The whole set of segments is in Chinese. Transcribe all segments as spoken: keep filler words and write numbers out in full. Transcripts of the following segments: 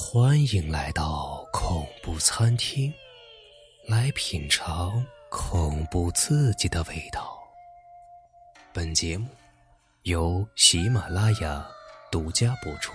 欢迎来到恐怖餐厅，来品尝恐怖刺激的味道。本节目由喜马拉雅独家播出。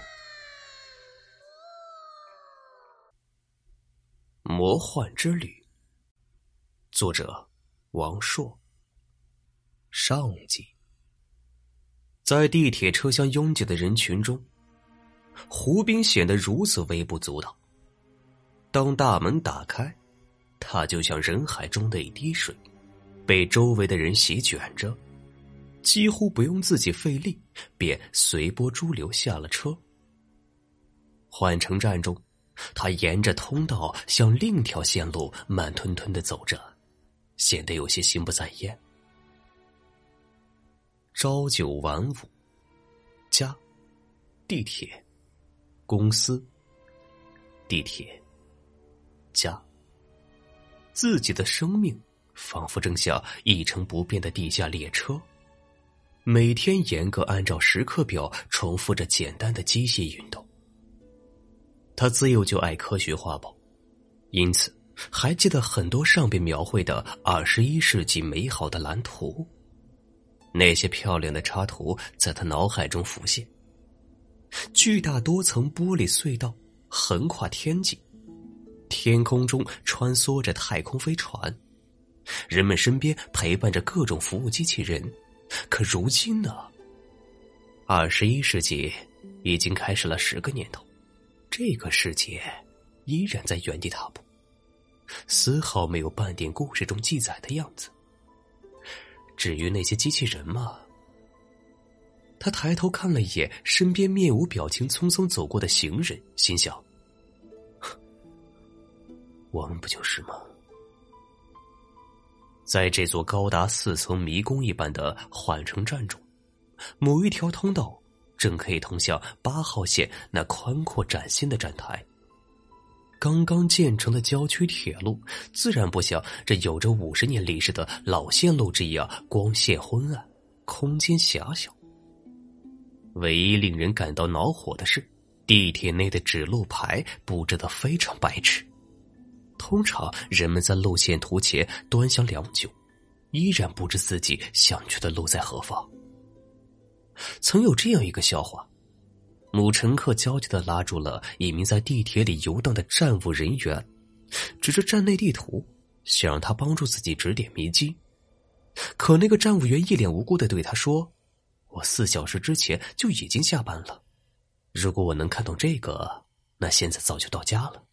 魔幻之旅，作者王朔。上集。在地铁车厢拥挤的人群中，胡兵显得如此微不足道。当大门打开，他就像人海中的一滴水，被周围的人席卷着，几乎不用自己费力，便随波逐流下了车。换乘站中，他沿着通道向另一条线路慢吞吞地走着，显得有些心不在焉。朝九晚五，家，地铁，公司，地铁，家。自己的生命仿佛正像一成不变的地下列车，每天严格按照时刻表重复着简单的机械运动。他自幼就爱科学画报，因此还记得很多上边描绘的二十一世纪美好的蓝图。那些漂亮的插图在他脑海中浮现，巨大多层玻璃隧道横跨天际，天空中穿梭着太空飞船，人们身边陪伴着各种服务机器人。可如今呢？二十一世纪已经开始了十个年头，这个世界依然在原地踏步，丝毫没有半点故事中记载的样子。至于那些机器人嘛，他抬头看了一眼身边面无表情匆匆走过的行人，心想，我们不就是吗？在这座高达四层迷宫一般的换乘站中，某一条通道正可以通向八号线那宽阔崭新的站台。刚刚建成的郊区铁路自然不像这有着五十年历史的老线路这样光线昏暗，空间狭小。唯一令人感到恼火的是，地铁内的指路牌布置得非常白痴。通常人们在路线图前端详良久，依然不知自己想去的路在何方。曾有这样一个笑话，某乘客焦急地拉住了一名在地铁里游荡的站务人员，指着站内地图，想让他帮助自己指点迷津。可那个站务员一脸无辜地对他说，我四小时之前就已经下班了，如果我能看懂这个，那现在早就到家了。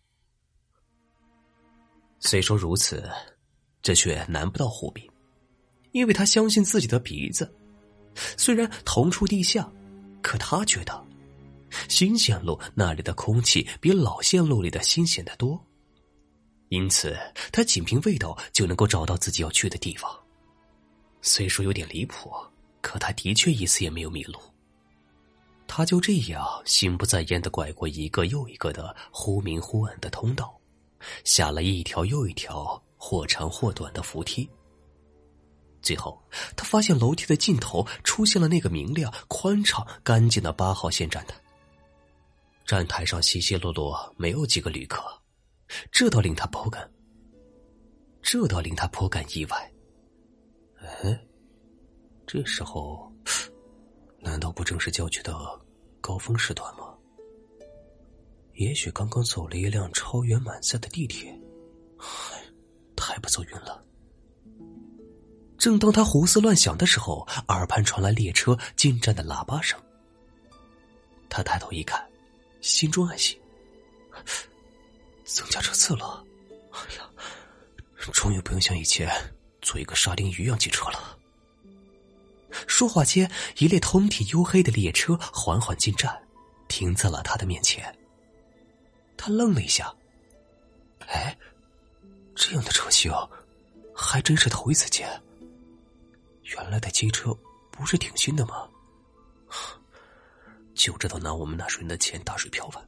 虽说如此，这却难不到胡兵，因为他相信自己的鼻子。虽然同处地下，可他觉得新线路那里的空气比老线路里的新鲜得多，因此他仅凭味道就能够找到自己要去的地方。虽说有点离谱，可他的确一次也没有迷路。他就这样心不在焉地拐过一个又一个的忽明忽暗的通道，下了一条又一条或长或短的扶梯。最后他发现楼梯的尽头出现了那个明亮、宽敞、干净的八号线站台。站台上稀稀落落没有几个旅客，这倒令他颇感这倒令他颇感意外。哎，这时候难道不正是郊区的高峰时段吗？也许刚刚走了一辆超员满载的地铁，太不走运了。正当他胡思乱想的时候，耳畔传来列车进站的喇叭声。他抬头一看，心中暗喜，增加车次了。哎呀，终于不用像以前做一个沙丁鱼一样挤车了。说话间，一列通体黝黑的列车缓缓进站，停在了他的面前。他愣了一下，哎，这样的车型还真是头一次见。原来的机车不是挺新的吗？就知道拿我们纳税人的钱打水漂吧。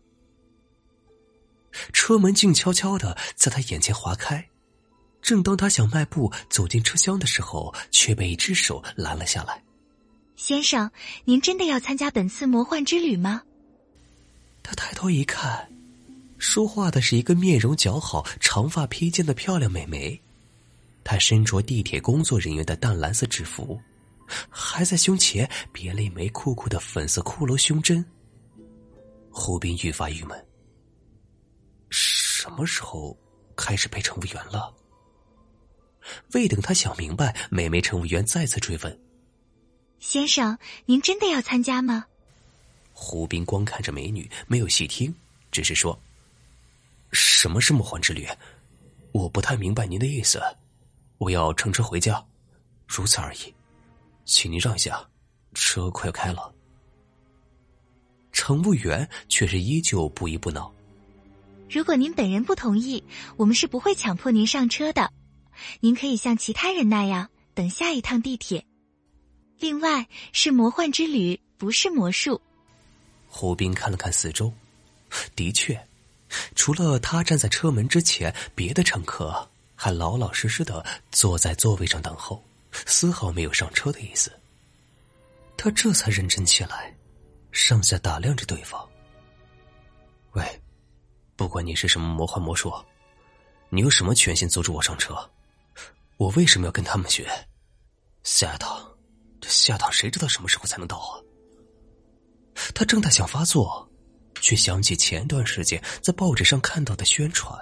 车门静悄悄地在他眼前划开，正当他想迈步走进车厢的时候，却被一只手拦了下来。 先生，您真的要参加本次魔幻之旅吗？ 他抬头一看， 说话的是一个面容姣好、长发披肩的漂亮美眉，她身着地铁工作人员的淡蓝色制服，还在胸前别了一枚酷酷的粉色骷髅胸针。胡斌愈发郁闷，什么时候开始陪乘务员了？未等他想明白，美眉乘务员再次追问： 先生，您真的要参加吗？ 胡斌光看着美女，没有细听，只是说：什么是魔幻之旅？我不太明白您的意思，我要乘车回家，如此而已，请您让一下，车快要开了。乘务员却是依旧不依不挠： 如果您本人不同意，我们是不会强迫您上车的，您可以像其他人那样等下一趟地铁。另外，是魔幻之旅，不是魔术。 胡斌看了看四周，的确，除了他站在车门之前，别的乘客还老老实实的坐在座位上等候，丝毫没有上车的意思。他这才认真起来，上下打量着对方。喂，不管你是什么魔幻魔术，你有什么权限阻止我上车？我为什么要跟他们学？下一趟，这下趟谁知道什么时候才能到啊？他正在想发作，却想起前段时间在报纸上看到的宣传。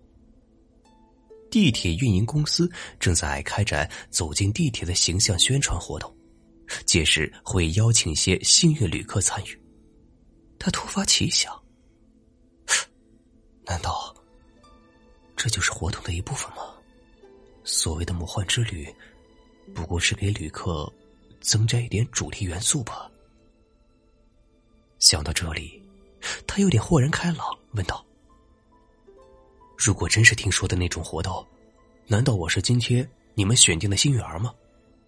地铁运营公司正在开展走进地铁的形象宣传活动，届时会邀请一些幸运旅客参与。他突发奇想，难道这就是活动的一部分吗？所谓的魔幻之旅，不过是给旅客增加一点主题元素吧。想到这里，他有点豁然开朗，问道：如果真是听说的那种活动，难道我是今天你们选定的幸运儿吗？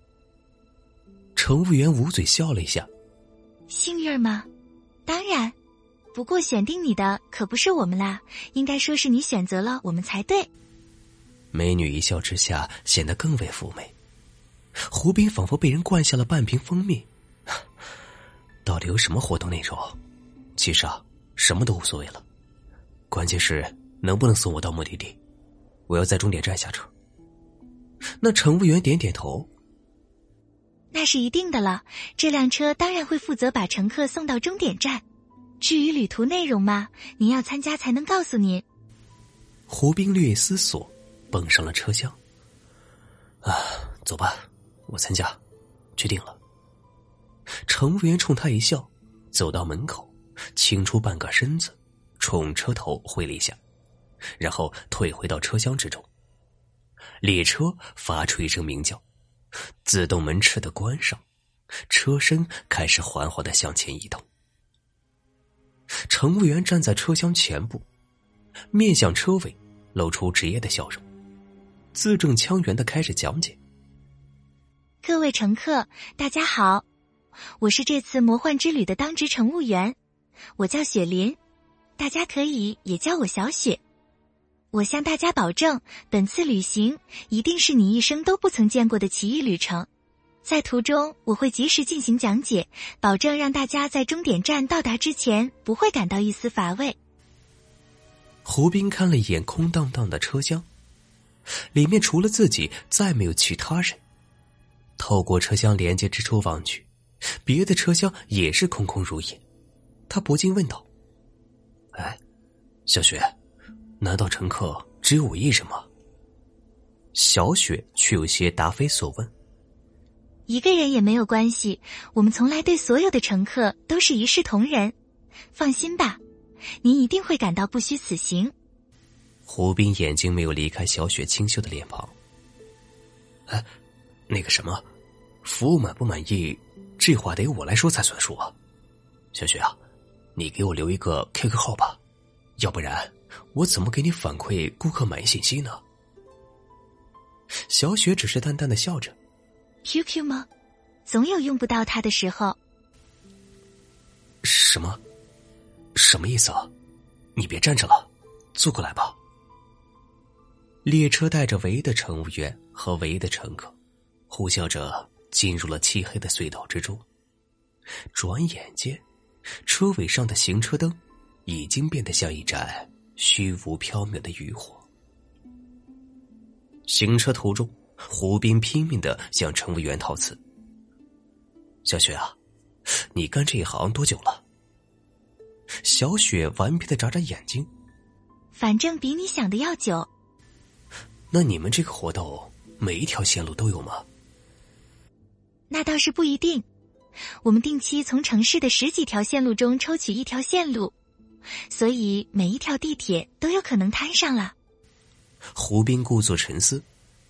乘务员捂嘴笑了一下： 幸运吗？当然，不过选定你的可不是我们啦，应该说是你选择了我们才对。 美女一笑之下显得更为妩媚。胡斌仿佛被人灌下了半瓶蜂蜜。到底有什么活动内容？其实啊，什么都无所谓了，关键是能不能送我到目的地。我要在终点站下车。那乘务员点点头： 那是一定的了，这辆车当然会负责把乘客送到终点站。至于旅途内容嘛，您要参加才能告诉您。 胡斌略一思索，蹦上了车厢。啊，走吧，我参加，决定了。乘务员冲他一笑，走到门口，倾出半个身子，冲车头挥了一下，然后退回到车厢之中。列车发出一声鸣叫，自动门翅的关上，车身开始缓缓地向前移动。乘务员站在车厢前部，面向车尾，露出职业的笑容，字正腔圆地开始讲解： 各位乘客，大家好，我是这次魔幻之旅的当值乘务员，我叫雪琳，大家可以也叫我小雪。我向大家保证，本次旅行一定是你一生都不曾见过的奇异旅程。在途中，我会及时进行讲解，保证让大家在终点站到达之前不会感到一丝乏味。 胡斌看了一眼空荡荡的车厢，里面除了自己再没有其他人。透过车厢连接之处望去，别的车厢也是空空如也。他不禁问道：哎，小雪，难道乘客只有我一人吗？小雪却有些答非所问： 一个人也没有关系，我们从来对所有的乘客都是一视同仁。放心吧，您一定会感到不虚此行。 胡斌眼睛没有离开小雪清秀的脸庞。哎，那个什么，服务满不满意，这话得我来说才算数啊。小雪啊，你给我留一个 Q Q 号吧，要不然我怎么给你反馈顾客满意信息呢？小雪只是淡淡的笑着。 Q Q 吗？总有用不到它的时候。 什么？什么意思啊？你别站着了，坐过来吧。列车带着唯一的乘务员和唯一的乘客，呼啸着进入了漆黑的隧道之中。转眼间，车尾上的行车灯已经变得像一盏虚无缥缈的渔火。行车途中，胡斌拼命地向乘务员讨辞。小雪啊，你干这一行多久了？小雪顽皮地眨眨眼睛。 反正比你想的要久。 那你们这个活动每一条线路都有吗？ 那倒是不一定，我们定期从城市的十几条线路中抽取一条线路，所以每一条地铁都有可能摊上了。 胡斌故作沉思。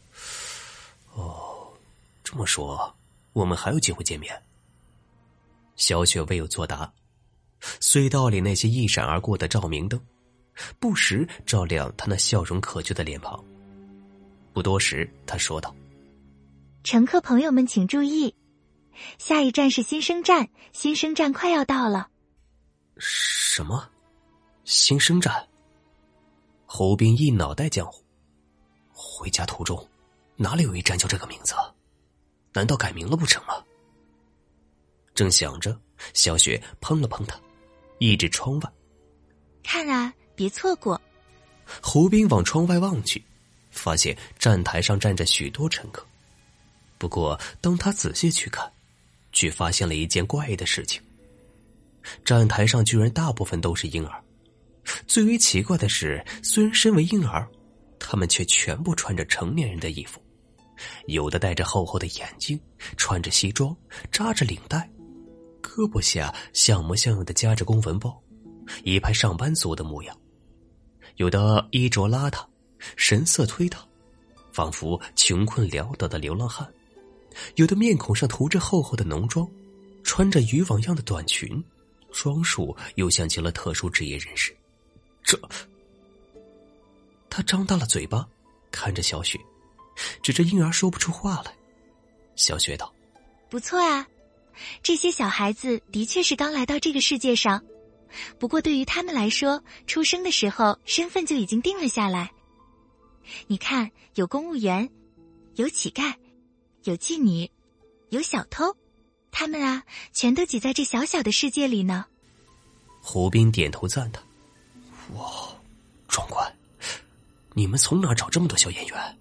哦，这么说，我们还有机会见面。小雪未有作答。隧道里那些一闪而过的照明灯，不时照亮她那笑容可掬的脸庞。不多时，她说道： 乘客朋友们请注意，下一站是新生站，新生站快要到了。 什么？新生站？胡斌一脑袋浆糊。回家途中哪里有一站叫这个名字？难道改名了不成吗？正想着，小雪碰了碰他，一指窗外： 看啊，别错过。 胡斌往窗外望去，发现站台上站着许多乘客。不过当他仔细去看，却发现了一件怪异的事情。站台上居然大部分都是婴儿。最为奇怪的是，虽然身为婴儿，他们却全部穿着成年人的衣服，有的戴着厚厚的眼镜，穿着西装，扎着领带，胳膊下像模像样的夹着公文包，一派上班族的模样。有的衣着邋遢，神色推搪，仿佛穷困潦倒的流浪汉；有的面孔上涂着厚厚的浓妆，穿着渔网样的短裙，装束又像极了特殊职业人士。这……他张大了嘴巴，看着小雪，指着婴儿说不出话来。小雪道： 不错啊，这些小孩子的确是刚来到这个世界上，不过对于他们来说，出生的时候身份就已经定了下来。你看，有公务员，有乞丐，有妓女，有小偷，他们啊，全都挤在这小小的世界里呢。 胡斌点头赞叹：哇，壮观！你们从哪找这么多小演员？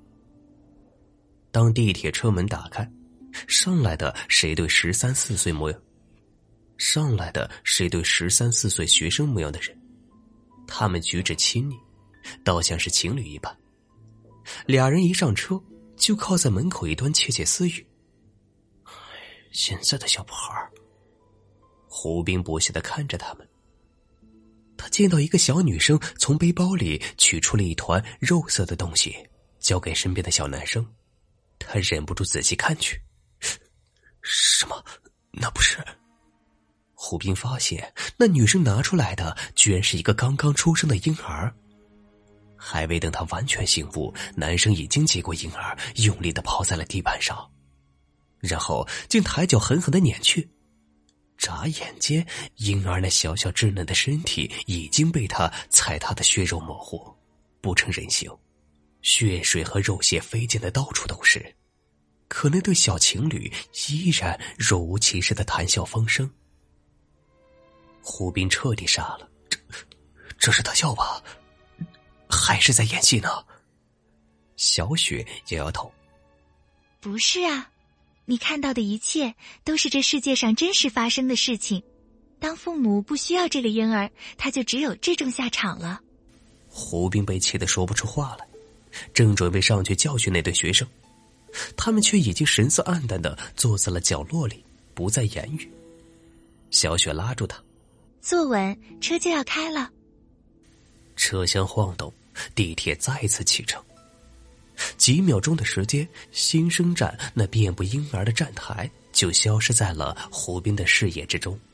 当地铁车门打开，上来的是一对十三四岁模样，上来的是一对十三四岁学生模样的人，他们举止亲昵，倒像是情侣一般。俩人一上车，就靠在门口一端窃窃私语。现在的小破孩，胡斌不屑地看着他们。他见到一个小女生从背包里取出了一团肉色的东西，交给身边的小男生。他忍不住仔细看去。什么？那不是……胡斌发现那女生拿出来的居然是一个刚刚出生的婴儿。还未等他完全醒悟，男生已经接过婴儿，用力地抛在了地板上，然后竟抬脚狠狠地碾去。眨眼间，婴儿那小小稚嫩的身体已经被他踩踏的血肉模糊，不成人形，血水和肉屑飞溅的到处都是。可那对小情侣依然若无其事的谈笑风生。胡斌彻底傻了，这这是特效吧？还是在演戏呢？小雪摇摇头： 不是啊，你看到的一切都是这世界上真实发生的事情。当父母不需要这个婴儿，他就只有这种下场了。 胡斌被气得说不出话来，正准备上去教训那对学生，他们却已经神色黯淡地坐在了角落里，不再言语。小雪拉住他： 坐稳，车就要开了。 车厢晃动，地铁再次启程。几秒钟的时间，新生站那遍布婴儿的站台就消失在了胡斌的视野之中。